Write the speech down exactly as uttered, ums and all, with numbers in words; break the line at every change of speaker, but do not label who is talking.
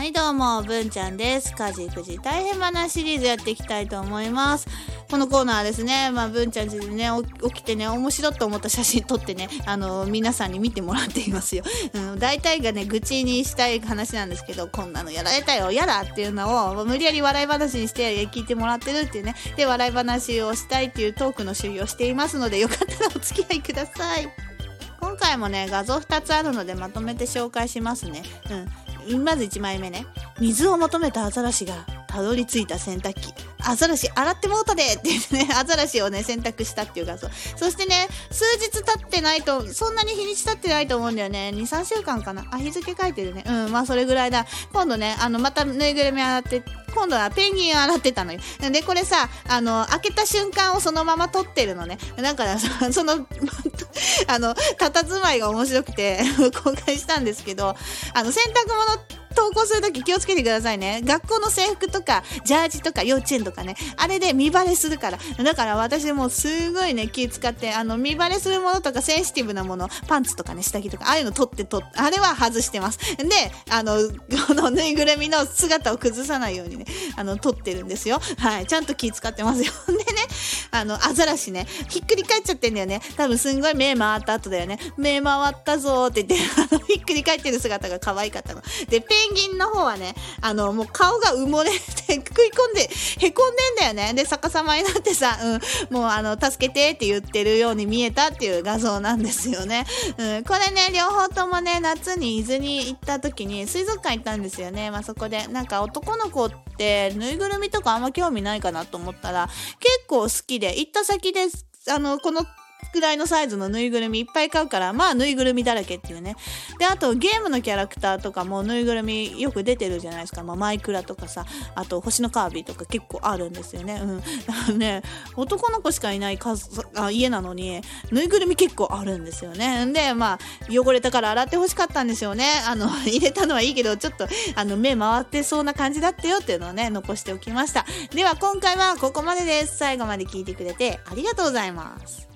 はいどうも、文ちゃんです。家事育児大変話シリーズやっていきたいと思います。このコーナーはですね、まあ文ちゃん家でね起きてね面白いと思った写真撮ってね、あの皆さんに見てもらっていますよ。うん、大体がね愚痴にしたい話なんですけど、こんなのやられたよやらっていうのを無理やり笑い話にして聞いてもらってるっていうね、で笑い話をしたいっていうトークの主義をしていますので、よかったらお付き合いください。今回もね画像ふたつあるのでまとめて紹介しますね。うん、まずいちまいめね、水を求めたアザラシがたどり着いた洗濯機、アザラシ洗ってもうたでって言ってね、アザラシをね洗濯したっていう画像。そしてね数日経ってないと、そんなに日にち経ってないと思うんだよね。 にさんしゅうかんかなあ、日付書いてるね。うん、まあそれぐらいだ。今度ねあのまたぬいぐるみ洗って、今度はペンギンを洗ってたのよ。でこれさ、あの開けた瞬間をそのまま撮ってるのね。だからさ、そのあの佇まいが面白くて公開したんですけど、あの洗濯物投稿するとき気をつけてくださいね。学校の制服とかジャージとか幼稚園とかね、あれで見バレするから。だから私もすごいね気使って、あの見バレするものとかセンシティブなもの、パンツとかね下着とかああいうの取って取って、あれは外してます。であのこのぬいぐるみの姿を崩さないようにねあの取ってるんですよ。はい、ちゃんと気使ってますよ。でね、あのアザラシねひっくり返っちゃってんだよね。多分すんごい目回った後だよね。目回ったぞーって言ってあのひっくり返ってる姿が可愛かったので、ペンギンの方はね、あのもう顔が埋もれて食い込んでへこんでんだよね。で逆さまになってさ、うん、もうあの助けてって言ってるように見えたっていう画像なんですよね。うん、これね両方ともね夏に伊豆に行った時に水族館行ったんですよね。まあそこでなんか男の子ってぬいぐるみとかあんま興味ないかなと思ったら結構好きで、行った先であのこのくらいのサイズのぬいぐるみいっぱい買うから、まあぬいぐるみだらけっていうね。であとゲームのキャラクターとかもぬいぐるみよく出てるじゃないですか。まあ、マイクラとかさ、あと星のカービィとか結構あるんですよね。うんね、男の子しかいない数あ家なのにぬいぐるみ結構あるんですよね。でまあ汚れたから洗ってほしかったんですよね。あの入れたのはいいけどちょっとあの目回ってそうな感じだったよっていうのをね残しておきました。では今回はここまでです。最後まで聞いてくれてありがとうございます。